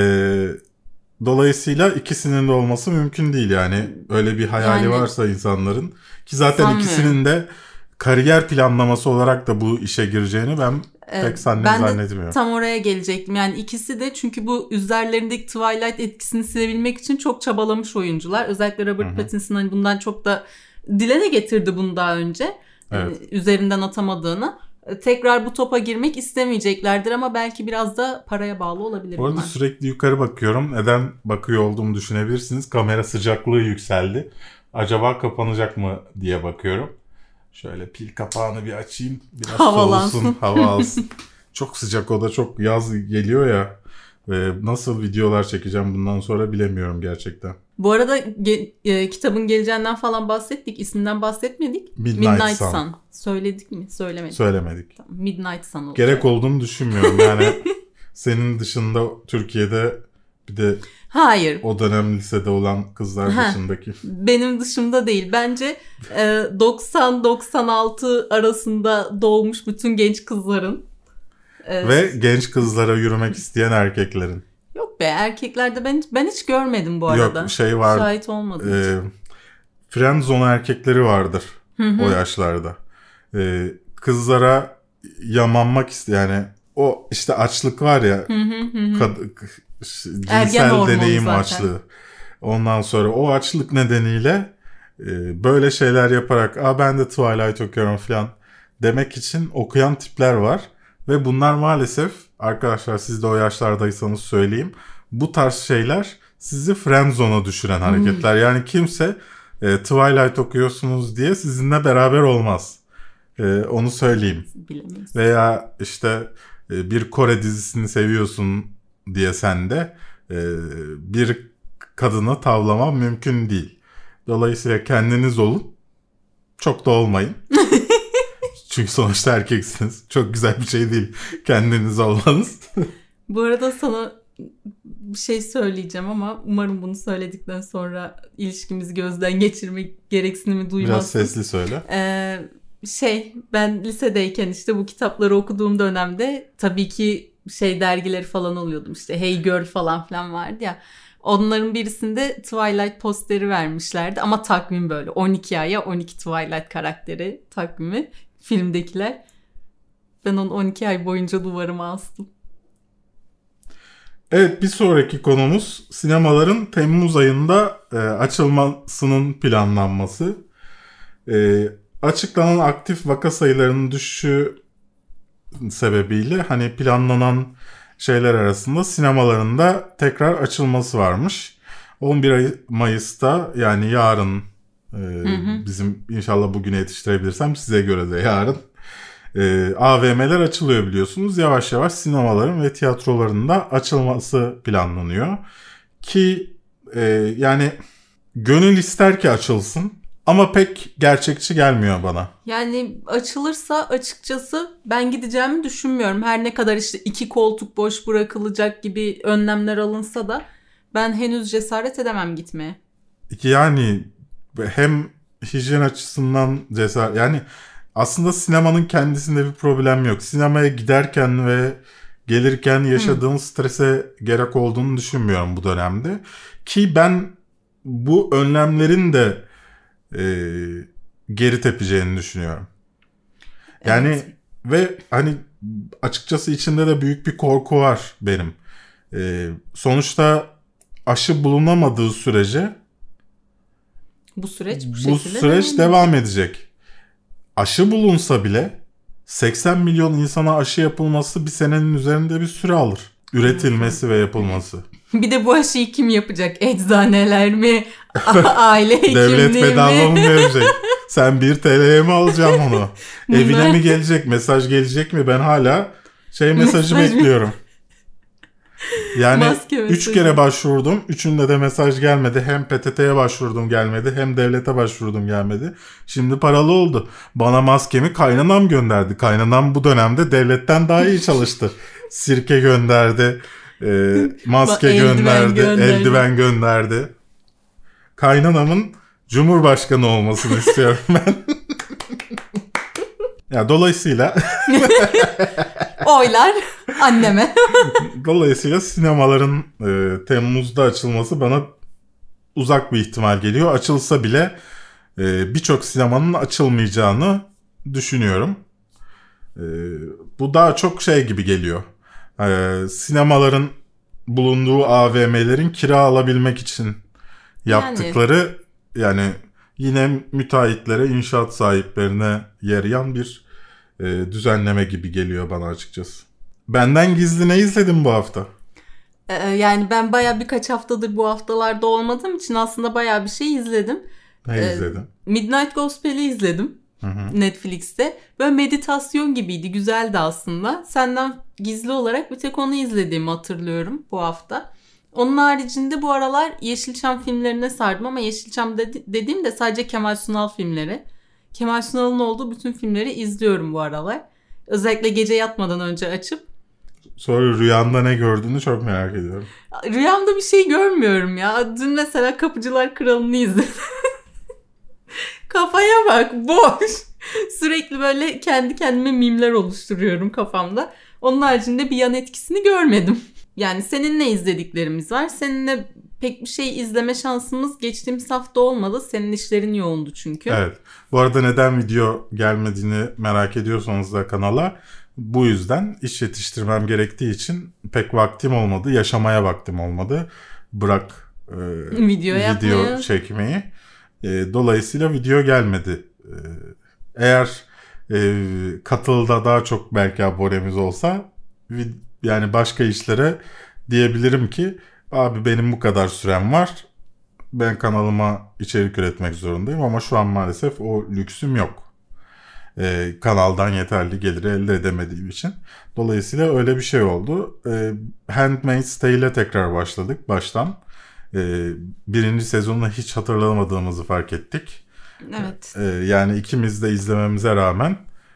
dolayısıyla ikisinin de olması mümkün değil yani. Öyle bir hayali yani, varsa insanların. Ki zaten sanmıyorum. İkisinin de kariyer planlaması olarak da bu işe gireceğini ben ee, pek zannetmiyorum. Ben de tam oraya gelecektim. Yani ikisi de çünkü bu üzerlerindeki Twilight etkisini silebilmek için çok çabalamış oyuncular. Özellikle Robert Hı-hı. Pattinson hani bundan çok da dile de getirdi bunu daha önce. Evet. Ee, üzerinden atamadığını. Tekrar bu topa girmek istemeyeceklerdir ama belki biraz da paraya bağlı olabilir. Bu arada bunlar. Sürekli yukarı bakıyorum. Neden bakıyor olduğumu düşünebilirsiniz. Kamera sıcaklığı yükseldi. Acaba kapanacak mı diye bakıyorum. Şöyle pil kapağını bir açayım. Biraz Havalansın. Soğusun, hava alsın. Çok sıcak, o da çok yaz geliyor ya. Ve nasıl videolar çekeceğim bundan sonra bilemiyorum gerçekten. Bu arada ge- e, kitabın geleceğinden falan bahsettik. İsminden bahsetmedik. Midnight, Midnight Sun. Sun. Söyledik mi? Söylemedik. Söylemedik. Tamam. Midnight Sun olacak. Gerek olduğunu düşünmüyorum. Yani senin dışında Türkiye'de bir de hayır. O dönem lisede olan kızlar ha, dışındaki. Benim dışımda değil. Bence e, doksan doksan altı arasında doğmuş bütün genç kızların. E, Ve genç kızlara yürümek isteyen erkeklerin. Yok be, erkeklerde ben ben hiç görmedim bu arada. Yok, şey var. Şahit olmadım. E, friendzone erkekleri vardır o yaşlarda. E, kızlara yamanmak isteyen, yani o işte açlık var ya. kad- cinsel deneyim zaten. Açlığı. Ondan sonra o açlık nedeniyle e, böyle şeyler yaparak "Aa, ben de Twilight okuyorum" falan demek için okuyan tipler var. Ve bunlar maalesef, arkadaşlar siz de o yaşlardaysanız söyleyeyim, bu tarz şeyler sizi friendzone'a düşüren hareketler. Hmm. Yani kimse e, Twilight okuyorsunuz diye sizinle beraber olmaz. E, onu söyleyeyim. Bilemeyiz. Veya işte e, bir Kore dizisini seviyorsun diye sen de e, bir kadını tavlaman mümkün değil. Dolayısıyla kendiniz olun. Çok da olmayın. Çünkü sonuçta erkeksiniz. Çok güzel bir şey değil kendiniz olmanız. Bu arada sana bir şey söyleyeceğim ama umarım bunu söyledikten sonra ilişkimizi gözden geçirmek gereksinimi duymazsın. Biraz sesli söyle. Ee, şey ben lisedeyken işte bu kitapları okuduğum dönemde tabii ki şey dergileri falan oluyordum, işte Hey Girl falan filan vardı ya. Onların birisinde Twilight posteri vermişlerdi ama takvim böyle on iki aya on iki Twilight karakteri takvimi, filmdekiler. Ben onu on iki ay boyunca duvarıma astım. Evet, bir sonraki konumuz sinemaların Temmuz ayında e, açılmasının planlanması. E, açıklanan aktif vaka sayılarının düşüşü sebebiyle hani planlanan şeyler arasında sinemalarında tekrar açılması varmış. on bir Mayıs'ta, yani yarın, e, hı hı. bizim inşallah bugüne yetiştirebilirsem, size göre de yarın e, A V M'ler açılıyor biliyorsunuz. Yavaş yavaş sinemaların ve tiyatroların da açılması planlanıyor. Ki e, yani gönül ister ki açılsın. Ama pek gerçekçi gelmiyor bana. Yani açılırsa açıkçası ben gideceğimi düşünmüyorum. Her ne kadar işte iki koltuk boş bırakılacak gibi önlemler alınsa da ben henüz cesaret edemem gitmeye. Yani hem hijyen açısından cesaret... Yani aslında sinemanın kendisinde bir problem yok. Sinemaya giderken ve gelirken yaşadığın hmm. strese gerek olduğunu düşünmüyorum bu dönemde. Ki ben bu önlemlerin de E, geri tepeceğini düşünüyorum. Yani evet. Ve hani açıkçası içinde de büyük bir korku var benim. E, sonuçta aşı bulunamadığı sürece bu süreç bu, bu süreç devam edecek. Aşı bulunsa bile seksen milyon insana aşı yapılması bir senenin üzerinde bir süre alır. Üretilmesi ve yapılması. Bir de bu aşıyı kim yapacak? Eczaneler mi? Aile hekimliği mi? Devlet bedava mı verecek? Sen bir T L'ye mi alacaksın onu? Bunlar... Evine mi gelecek? Mesaj gelecek mi? Ben hala şey mesajı Mesaj bekliyorum. Yani Maske üç mesajı. kere başvurdum. Üçünde de mesaj gelmedi. Hem P T T'ye başvurdum gelmedi. Hem devlete başvurdum gelmedi. Şimdi paralı oldu. Bana maskemi kaynanam gönderdi. Kaynanam bu dönemde devletten daha iyi çalıştı. Sirke gönderdi. E, maske Eldiven gönderdi. gönderdi. Eldiven gönderdi. Kaynanamın Cumhurbaşkanı olmasını istiyorum ben. Ya dolayısıyla Oylar anneme. dolayısıyla sinemaların e, Temmuz'da açılması bana uzak bir ihtimal geliyor. Açılsa bile e, birçok sinemanın açılmayacağını düşünüyorum. E, bu daha çok şey gibi geliyor. E, sinemaların bulunduğu A V M'lerin kira alabilmek için yaptıkları yani, yani yine müteahhitlere, inşaat sahiplerine yarayan bir e, düzenleme gibi geliyor bana açıkçası. Benden gizli ne izledin bu hafta? Ee, yani ben baya birkaç haftadır bu haftalarda olmadığım için aslında baya bir şey izledim. Ne Ee, izledin? Midnight Gospel'i izledim. Hı hı. Netflix'te. Böyle meditasyon gibiydi. Güzeldi aslında. Senden gizli olarak bir tek onu izlediğimi hatırlıyorum bu hafta. Onun haricinde bu aralar Yeşilçam filmlerine sardım ama Yeşilçam dedi- dediğimde sadece Kemal Sunal filmleri. Kemal Sunal'ın olduğu bütün filmleri izliyorum bu aralar. Özellikle gece yatmadan önce açıp. Sonra rüyanda ne gördüğünü çok merak ediyorum. Rüyamda bir şey görmüyorum ya. Dün mesela Kapıcılar Kralı'nı izledim. Kafaya bak, boş. Sürekli böyle kendi kendime mimler oluşturuyorum kafamda. Onun haricinde bir yan etkisini görmedim. Yani seninle izlediklerimiz var. Seninle pek bir şey izleme şansımız geçtiğimiz hafta olmadı. Senin işlerin yoğundu çünkü. Evet. Bu arada neden video gelmediğini merak ediyorsanız da kanala, bu yüzden iş yetiştirmem gerektiği için pek vaktim olmadı. Yaşamaya vaktim olmadı. Bırak e, Video video yapmaya. çekmeyi. E, dolayısıyla video gelmedi. E, eğer e, katılda daha çok belki abonemiz olsa vid- yani başka işlere diyebilirim ki abi benim bu kadar sürem var. Ben kanalıma içerik üretmek zorundayım ama şu an maalesef o lüksüm yok. Ee, kanaldan yeterli geliri elde edemediğim için. Dolayısıyla öyle bir şey oldu. Ee, Handmaid's Tale'e tekrar başladık baştan. Ee, birinci sezonunu hiç hatırlamadığımızı fark ettik. Evet. Ee, yani ikimiz de izlememize rağmen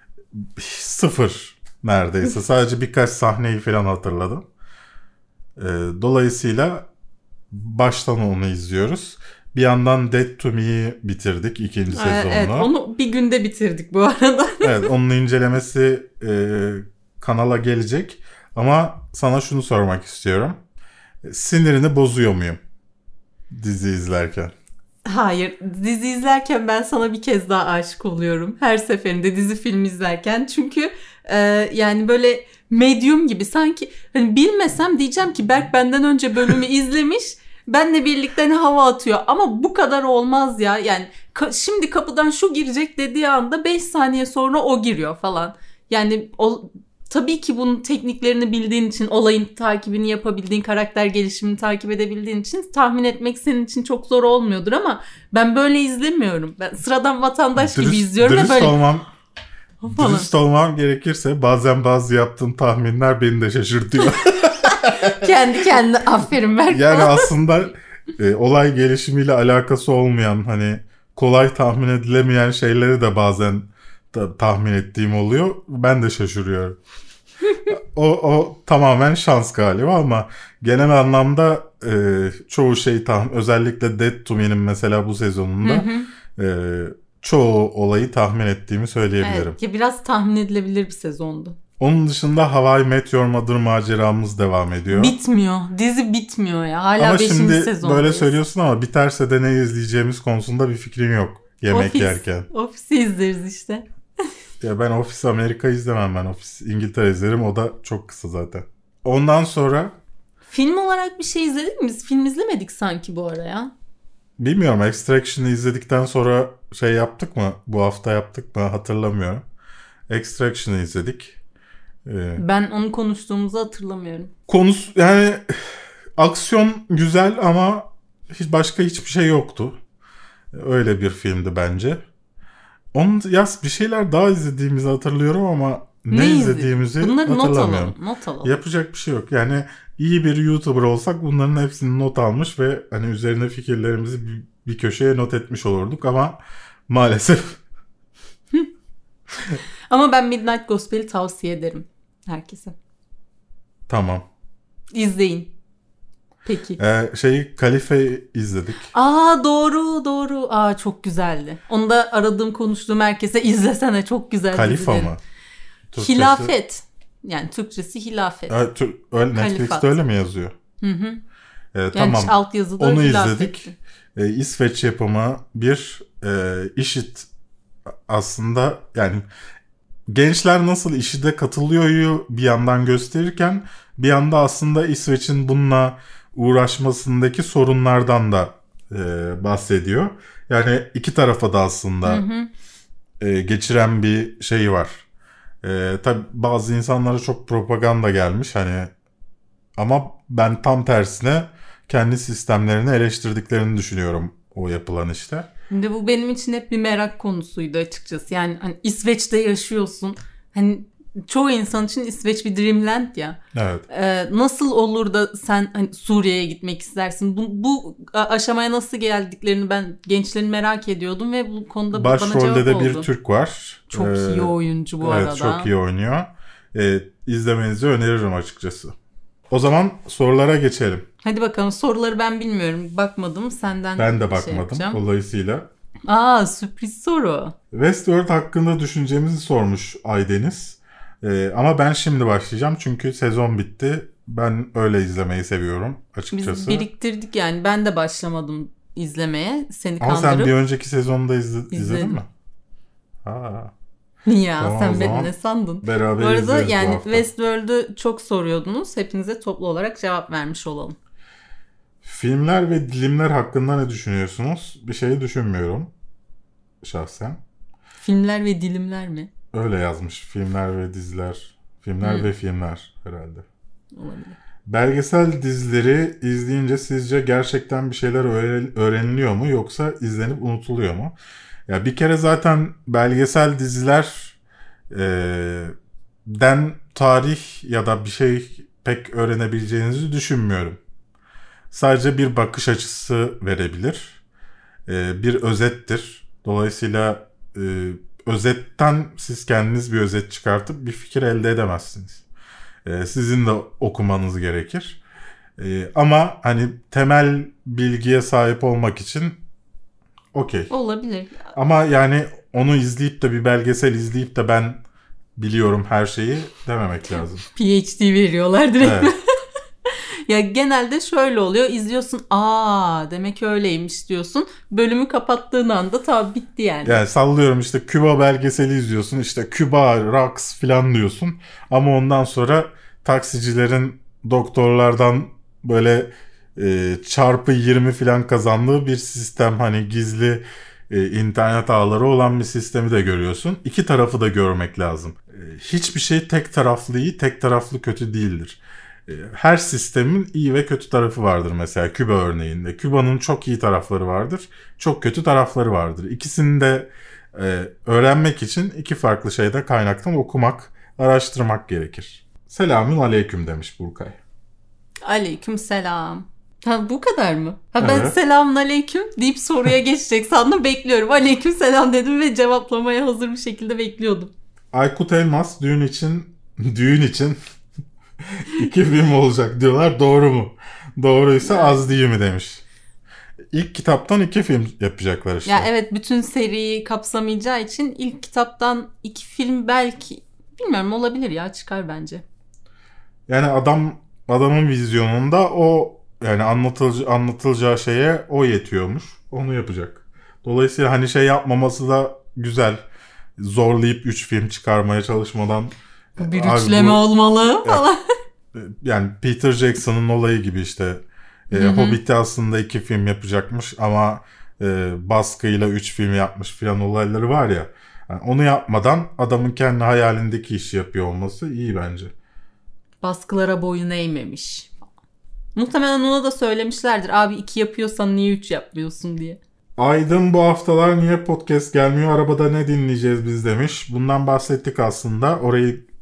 sıfır neredeyse. Sadece birkaç sahneyi falan hatırladım. Ee, dolayısıyla baştan onu izliyoruz. Bir yandan Dead to Me'yi bitirdik ikinci sezonunu. Evet, onu bir günde bitirdik bu arada. Evet, onun incelemesi e, kanala gelecek. Ama sana şunu sormak istiyorum. Sinirini bozuyor muyum dizi izlerken? Hayır, dizi izlerken ben sana bir kez daha aşık oluyorum. Her seferinde dizi film izlerken. Çünkü e, yani böyle medyum gibi sanki hani bilmesem diyeceğim ki Berk benden önce bölümü izlemiş. Benle birlikte hani hava atıyor ama bu kadar olmaz ya. Yani ka- şimdi kapıdan şu girecek dediği anda beş saniye sonra o giriyor falan. Yani o, tabii ki bunun tekniklerini bildiğin için, olayın takibini yapabildiğin, karakter gelişimini takip edebildiğin için tahmin etmek senin için çok zor olmuyordur ama ben böyle izlemiyorum. Ben sıradan vatandaş Dürüst, gibi izliyorum dürüst ve böyle olmam, falan. dürüst olmam gerekirse bazen bazı yaptığım tahminler beni de şaşırtıyor. Kendi kendine aferin Berk Yani falan. aslında e, olay gelişimiyle alakası olmayan, hani kolay tahmin edilemeyen şeyleri de bazen ta- tahmin ettiğim oluyor. Ben de şaşırıyorum. o, o tamamen şans galiba ama genel anlamda e, çoğu şey tahmin, özellikle Dead to Me'nin mesela bu sezonunda e, çoğu olayı tahmin ettiğimi söyleyebilirim. Evet, ki biraz tahmin edilebilir bir sezondu. Onun dışında How I Met Your Mother maceramız devam ediyor. Bitmiyor. Dizi bitmiyor ya. Hala Ama beşinci şimdi sezondayız. böyle söylüyorsun ama biterse de ne izleyeceğimiz konusunda bir fikrin yok yemek Ofis. yerken. Ofisi izleriz işte. Ya ben Office Amerika izlemem, ben Office İngiltere izlerim, o da çok kısa zaten. Ondan sonra Film olarak bir şey izledik mi? Biz film izlemedik sanki bu ara ya. bilmiyorum, Extraction'ı izledikten sonra şey yaptık mı, bu hafta yaptık mı hatırlamıyorum. Extraction'ı izledik. Ee, Ben onu konuştuğumuzu hatırlamıyorum. konusu yani aksiyon güzel ama hiç başka hiçbir şey yoktu. Öyle bir filmdi bence. Onun yaz bir şeyler daha izlediğimizi hatırlıyorum ama ne, ne izlediğimizi Bunları hatırlamıyorum. Not alalım, not alalım. Yapacak bir şey yok. Yani iyi bir YouTuber olsak bunların hepsini not almış ve hani üzerine fikirlerimizi bir, bir köşeye not etmiş olurduk ama maalesef. Ama ben Midnight Gospel'i tavsiye ederim herkese. Tamam. İzleyin. Peki. Ee, şeyi Kalife'yi izledik. Aa doğru doğru. Aa çok güzeldi. Onu da aradığım konuştuğum herkese izlesene, çok güzel. Kalifa dizileri. mı? Türkçesi... Hilafet. Yani Türkçesi hilafet. Evet, tür... öyle, Netflix'te öyle mi yazıyor? Hı hı. Ee, yani tamam. alt yazıda onu hilafetti. izledik. Ee, İsveç yapımı bir e, IŞİD aslında, yani gençler nasıl IŞİD'e katılıyoryu bir yandan gösterirken bir yanda aslında İsveç'in bununla uğraşmasındaki sorunlardan da e, bahsediyor. Yani iki tarafa da aslında hı hı. E, geçiren bir şey var. E, tabii bazı insanlara çok propaganda gelmiş hani, ama ben tam tersine kendi sistemlerini eleştirdiklerini düşünüyorum o yapılan işte. Şimdi bu benim için hep bir merak konusuydu açıkçası. Yani hani İsveç'te yaşıyorsun. Hani çoğu insan için İsveç bir dreamland ya. Evet. Ee, nasıl olur da sen hani Suriye'ye gitmek istersin? Bu, bu aşamaya nasıl geldiklerini ben gençlerin merak ediyordum ve bu konuda bana cevap oldu. Başrolde de bir Türk var. Çok ee, iyi oyuncu bu evet, arada. Evet, çok iyi oynuyor. Ee, izlemenizi öneririm açıkçası. O zaman sorulara geçelim. Hadi bakalım, soruları ben bilmiyorum. Bakmadım, senden Ben de bakmadım şey dolayısıyla. Aa, sürpriz soru. Westworld hakkında düşüncemizi sormuş Aydeniz. Ee, ama ben şimdi başlayacağım çünkü sezon bitti. Ben öyle izlemeyi seviyorum açıkçası. Biz biriktirdik yani. Ben de başlamadım izlemeye. Seni ama kandırıp. sen bir önceki sezonda izle, izledin mi? Ha. Ya tamam, sen beni ne sandın? Beraber bu arada yani bu Westworld'u çok soruyordunuz. Hepinize toplu olarak cevap vermiş olalım. Filmler ve dilimler hakkında ne düşünüyorsunuz? Bir şey düşünmüyorum şahsen. Filmler ve dilimler mi? Öyle yazmış. Filmler ve diziler. Filmler hmm. ve filmler herhalde. Olabilir. Belgesel dizileri izleyince sizce gerçekten bir şeyler öğreniliyor mu yoksa izlenip unutuluyor mu? Ya bir kere zaten belgesel diziler e, den tarih ya da bir şey pek öğrenebileceğinizi düşünmüyorum. Sadece bir bakış açısı verebilir. E, bir özettir. Dolayısıyla e, özetten siz kendiniz bir özet çıkartıp bir fikir elde edemezsiniz. E, sizin de okumanız gerekir. E, ama hani temel bilgiye sahip olmak için okey. Olabilir. Ama yani onu izleyip de bir belgesel izleyip de ben biliyorum her şeyi dememek lazım. P H D veriyorlar direkt. Evet. Ya genelde şöyle oluyor. İzliyorsun. Aa demek öyleymiş diyorsun. Bölümü kapattığın anda tabii bitti yani. Yani sallıyorum işte Küba belgeseli izliyorsun. İşte Küba rocks falan diyorsun. Ama ondan sonra taksicilerin doktorlardan böyle e, çarpı yirmi falan kazandığı bir sistem, hani gizli e, internet ağları olan bir sistemi de görüyorsun. İki tarafı da görmek lazım. E, hiçbir şey tek taraflı iyi, tek taraflı kötü değildir. E, her sistemin iyi ve kötü tarafı vardır mesela Küba örneğinde. Küba'nın çok iyi tarafları vardır, çok kötü tarafları vardır. İkisini de e, öğrenmek için iki farklı şeyde kaynaktan okumak, araştırmak gerekir. Selamün aleyküm demiş Burkay. Aleyküm selam. Ha bu kadar mı? Ha ben evet. Selamun aleyküm deyip soruya geçecek sandım, bekliyorum. Aleyküm selam dedim ve cevaplamaya hazır bir şekilde bekliyordum. Aykut Elmas düğün için düğün için iki film olacak diyorlar. Doğru mu? Doğruysa evet. Az değil mi demiş. İlk kitaptan iki film yapacaklar işte. Ya evet, bütün seriyi kapsamayacağı için ilk kitaptan iki film belki, bilmiyorum, olabilir ya, çıkar bence. Yani adam adamın vizyonunda o, yani anlatılacağı, anlatılacağı şeye o yetiyormuş. Onu yapacak. Dolayısıyla hani şey yapmaması da güzel. Zorlayıp üç film çıkarmaya çalışmadan. Bir üçleme bu, olmalı falan. Yani Peter Jackson'ın olayı gibi işte. E, Hobbit'i aslında iki film yapacakmış ama e, baskıyla üç film yapmış falan olayları var ya. Yani onu yapmadan adamın kendi hayalindeki işi yapıyor olması iyi bence. Baskılara boyun eğmemiş. Muhtemelen ona da söylemişlerdir. Abi iki yapıyorsan niye üç yapmıyorsun diye. Aydın bu haftalar niye podcast gelmiyor? Arabada ne dinleyeceğiz biz demiş. Bundan bahsettik aslında. Orayı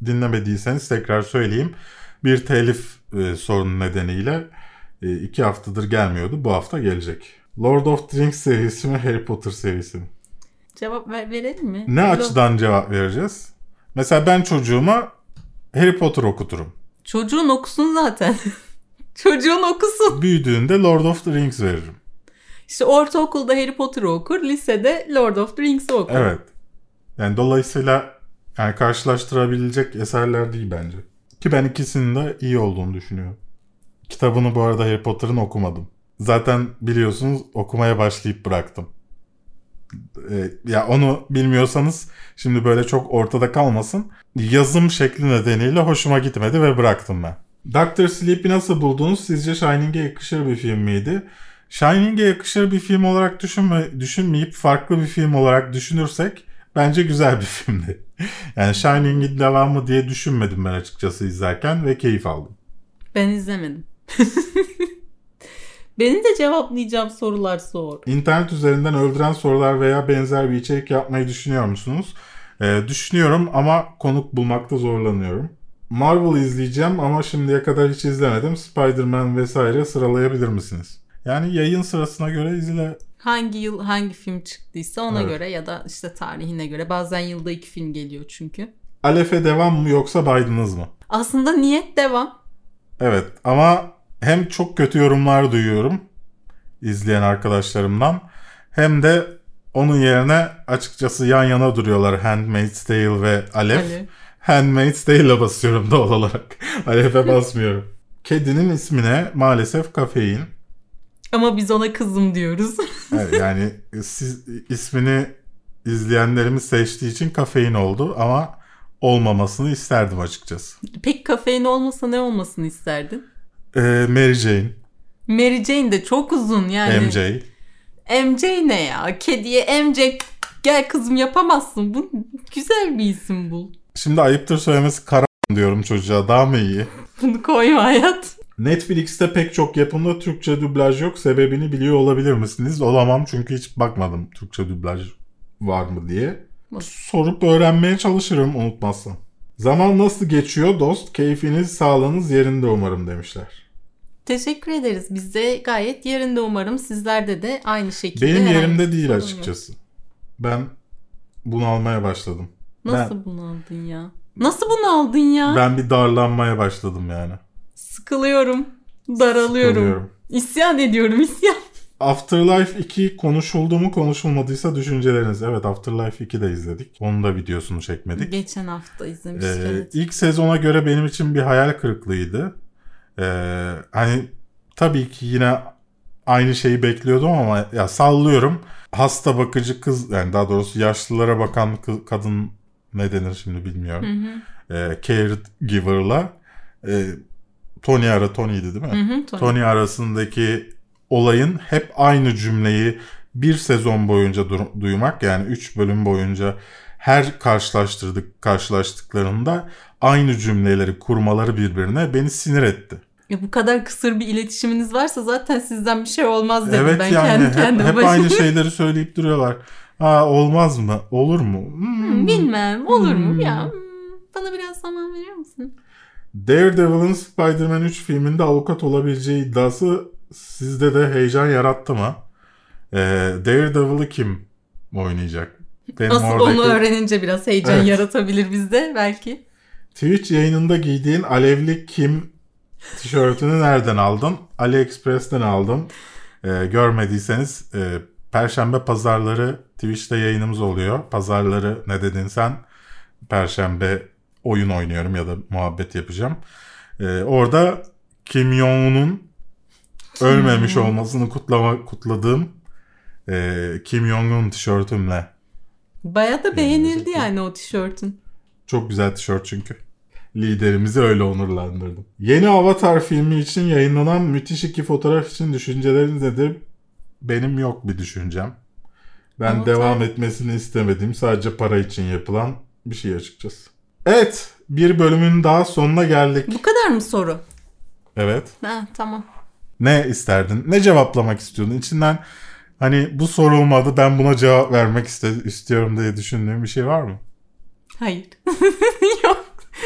dinlemediyseniz tekrar söyleyeyim. Bir telif e, sorunu nedeniyle e, iki haftadır gelmiyordu. Bu hafta gelecek. Lord of the Rings serisi mi, Harry Potter serisi mi? Cevap ver, verelim mi? Ne Lo- açıdan cevap vereceğiz? Mesela ben çocuğuma Harry Potter okuturum. Çocuğun okusun zaten. Çocuğun okusun. Büyüdüğünde Lord of the Rings veririm. İşte ortaokulda Harry Potter'ı okur, lisede Lord of the Rings'i okur. Evet. Yani dolayısıyla yani karşılaştırabilecek eserler değil bence. Ki ben ikisinin de iyi olduğunu düşünüyorum. Kitabını bu arada Harry Potter'ın okumadım. Zaten biliyorsunuz okumaya başlayıp bıraktım. Ee, ya onu bilmiyorsanız şimdi böyle çok ortada kalmasın. Yazım şekli nedeniyle hoşuma gitmedi ve bıraktım ben. Doctor Sleep'i nasıl buldunuz? Sizce Shining'e yakışır bir film miydi? Shining'e yakışır bir film olarak düşünme, düşünmeyip farklı bir film olarak düşünürsek bence güzel bir filmdi. Yani Shining'in devamı diye düşünmedim ben açıkçası izlerken ve keyif aldım. Ben izlemedim. Benim de cevaplayacağım sorular zor. İnternet üzerinden öldüren sorular veya benzer bir içerik yapmayı düşünüyor musunuz? Ee, düşünüyorum ama konuk bulmakta zorlanıyorum. Marvel izleyeceğim ama şimdiye kadar hiç izlemedim. Spider-Man vesaire sıralayabilir misiniz? Yani yayın sırasına göre izle. Hangi yıl hangi film çıktıysa ona Evet. göre ya da işte tarihine göre. Bazen yılda iki film geliyor çünkü. Alef'e devam mı yoksa baydınız mı? Aslında niyet devam. Evet ama hem çok kötü yorumlar duyuyorum izleyen arkadaşlarımdan hem de onun yerine açıkçası yan yana duruyorlar Handmaid's Tale ve Alef. Ali. Handmaid's Tale'e basıyorum doğal olarak. Alef'e basmıyorum. Kedinin ismine maalesef kafein. Ama biz ona kızım diyoruz. Evet, yani siz ismini izleyenlerimiz seçtiği için kafein oldu ama olmamasını isterdim açıkçası. Peki kafein olmasa ne olmasını isterdin? Ee, Mary Jane, Mary Jane de çok uzun yani. M J. M J ne ya? Kediye M J gel kızım yapamazsın. Bu güzel bir isim bul. Şimdi ayıptır söylemesi kara diyorum çocuğa, daha mı iyi? Bunu koyma hayat. Netflix'te pek çok yapımda Türkçe dublaj yok. Sebebini biliyor olabilir misiniz? Olamam çünkü hiç bakmadım Türkçe dublaj var mı diye. Sorup öğrenmeye çalışırım unutmazsam. Zaman nasıl geçiyor dost? Keyfiniz, sağlığınız yerinde umarım demişler. Teşekkür ederiz. Biz de gayet yerinde umarım. Sizlerde de aynı şekilde. Benim herhangi yerimde bir değil sorun yok. açıkçası. Ben bunalmaya başladım. Nasıl Ben, bunaldın ya? Nasıl bunaldın ya? ben bir darlanmaya başladım yani. Sıkılıyorum. Daralıyorum. Sıkılıyorum. İsyan ediyorum isyan. Afterlife iki konuşuldu mu konuşulmadıysa düşünceleriniz. Evet, Afterlife iki de izledik. Onun da videosunu çekmedik. Geçen hafta izlemiştik. Ee, Evet. ilk sezona göre benim için bir hayal kırıklığıydı. Ee, hani tabii ki yine aynı şeyi bekliyordum ama ya sallıyorum. Hasta bakıcı kız, yani daha doğrusu yaşlılara bakan kız, kadın ne denir şimdi bilmiyorum. Hı hı. Ee, caregiver'la e, Tony ara Tony'ydi değil mi? Hı hı, Tony. Tony arasındaki olayın hep aynı cümleyi bir sezon boyunca du- duymak, yani üç bölüm boyunca her karşılaştırdık karşılaştıklarında aynı cümleleri kurmaları birbirine beni sinir etti. Ya bu kadar kısır bir iletişiminiz varsa zaten sizden bir şey olmaz dedim Evet, ben yani kendi hep, kendime. hep aynı şeyleri söyleyip duruyorlar. Ha, olmaz mı? Olur mu? Hmm. Bilmem olur mu Hmm. ya? Hmm, Bana biraz zaman verir misin? Daredevil'ın Spider-Man üç filminde avukat olabileceği iddiası sizde de heyecan yarattı mı? Ee, Daredevil'ı kim oynayacak? Benim Asıl oradaki onu öğrenince biraz heyecan Evet. yaratabilir bizde belki. Twitch yayınında giydiğin alevli Kim tişörtünü nereden aldın? AliExpress'ten aldım. Ee, görmediyseniz e, Perşembe pazarları Twitch'te yayınımız oluyor. Pazarları ne dedin sen? Perşembe oyun oynuyorum ya da muhabbet yapacağım. Ee, orada Kim Jong-un'un ölmemiş olmasını kutlama kutladığım e, Kim Jong-un tişörtümle. Bayağı da beğenildi teşekkür yani o tişörtün. Çok güzel tişört çünkü. Liderimizi öyle onurlandırdım. Yeni Avatar filmi için yayınlanan müthiş iki fotoğraf için düşünceleriniz nedir? Benim yok bir düşüncem. Ben Avatar- devam etmesini istemedim. Sadece para için yapılan bir şey açıkçası. Evet, bir bölümün daha sonuna geldik. Bu kadar mı soru? Evet. Ha, tamam. Ne isterdin? Ne cevaplamak istiyordun? İçinden hani bu sorulmadı, ben buna cevap vermek iste- istiyorum diye düşündüğün bir şey var mı? Hayır. Yok.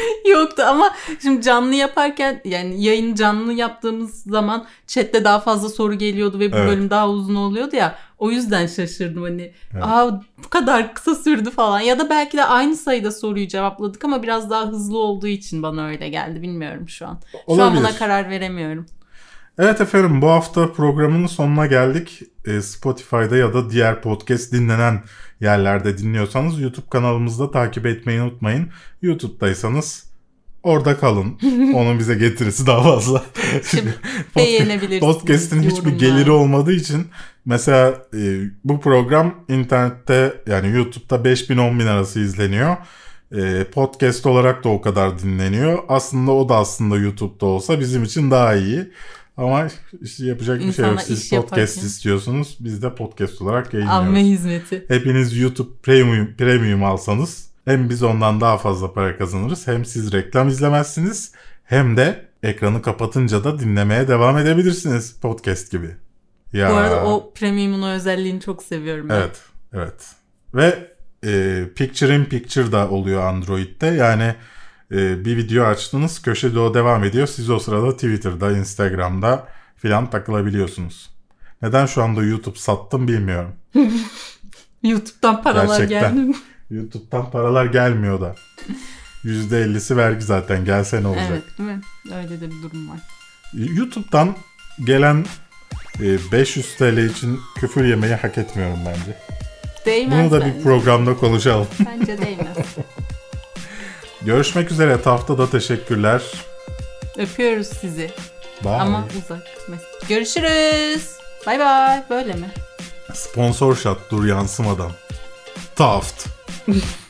Yoktu ama şimdi canlı yaparken, yani yayın canlı yaptığımız zaman chatte daha fazla soru geliyordu ve bu Evet. bölüm daha uzun oluyordu ya. O yüzden şaşırdım hani. Evet. Aa, bu kadar kısa sürdü falan. Ya da belki de aynı sayıda soruyu cevapladık ama biraz daha hızlı olduğu için bana öyle geldi. Bilmiyorum şu an. Şu an Olabilir. buna karar veremiyorum. Evet efendim, bu hafta programın sonuna geldik. E, Spotify'da ya da diğer podcast dinlenen yerlerde dinliyorsanız YouTube kanalımızda takip etmeyi unutmayın. YouTube'daysanız orada kalın. Onun bize getirisi daha fazla. Şimdi beğenebilirsiniz. Podcast'in hiçbir yorumlar. geliri olmadığı için mesela e, bu program internette, yani YouTube'da beş bin on bin arası izleniyor. E, podcast olarak da o kadar dinleniyor. Aslında o da aslında YouTube'da olsa bizim için daha iyi. Ama işte yapacak bir şey yok. İnsanlar Siz iş podcast yaparken. istiyorsunuz. Biz de podcast olarak yayınlıyoruz. Amme hizmeti. Hepiniz YouTube Premium, Premium alsanız hem biz ondan daha fazla para kazanırız, hem siz reklam izlemezsiniz, hem de ekranı kapatınca da dinlemeye devam edebilirsiniz podcast gibi. Ya. Bu arada o premium'un o özelliğini çok seviyorum ben. Evet, evet. Ve e, Picture in Picture da oluyor Android'de. Yani e, bir video açtınız, köşede o devam ediyor. Siz o sırada Twitter'da, Instagram'da filan takılabiliyorsunuz. Neden şu anda YouTube sattım bilmiyorum. YouTube'dan paralar Gerçekten. geldi mi? YouTube'dan paralar gelmiyor da. yüzde ellisi vergi zaten, gelse ne olacak? Evet, değil mi? Öyle de bir durum var. YouTube'dan gelen e, beş yüz TL için küfür yemeyi hak etmiyorum bence. Değmez Bunu da bence. bir programda konuşalım. Bence değmez. Görüşmek üzere. Haftada teşekkürler. Öpüyoruz sizi. Bye. Ama uzak. Görüşürüz. Bay bay. Böyle mi? Sponsor shot, dur yansımadan. Taft.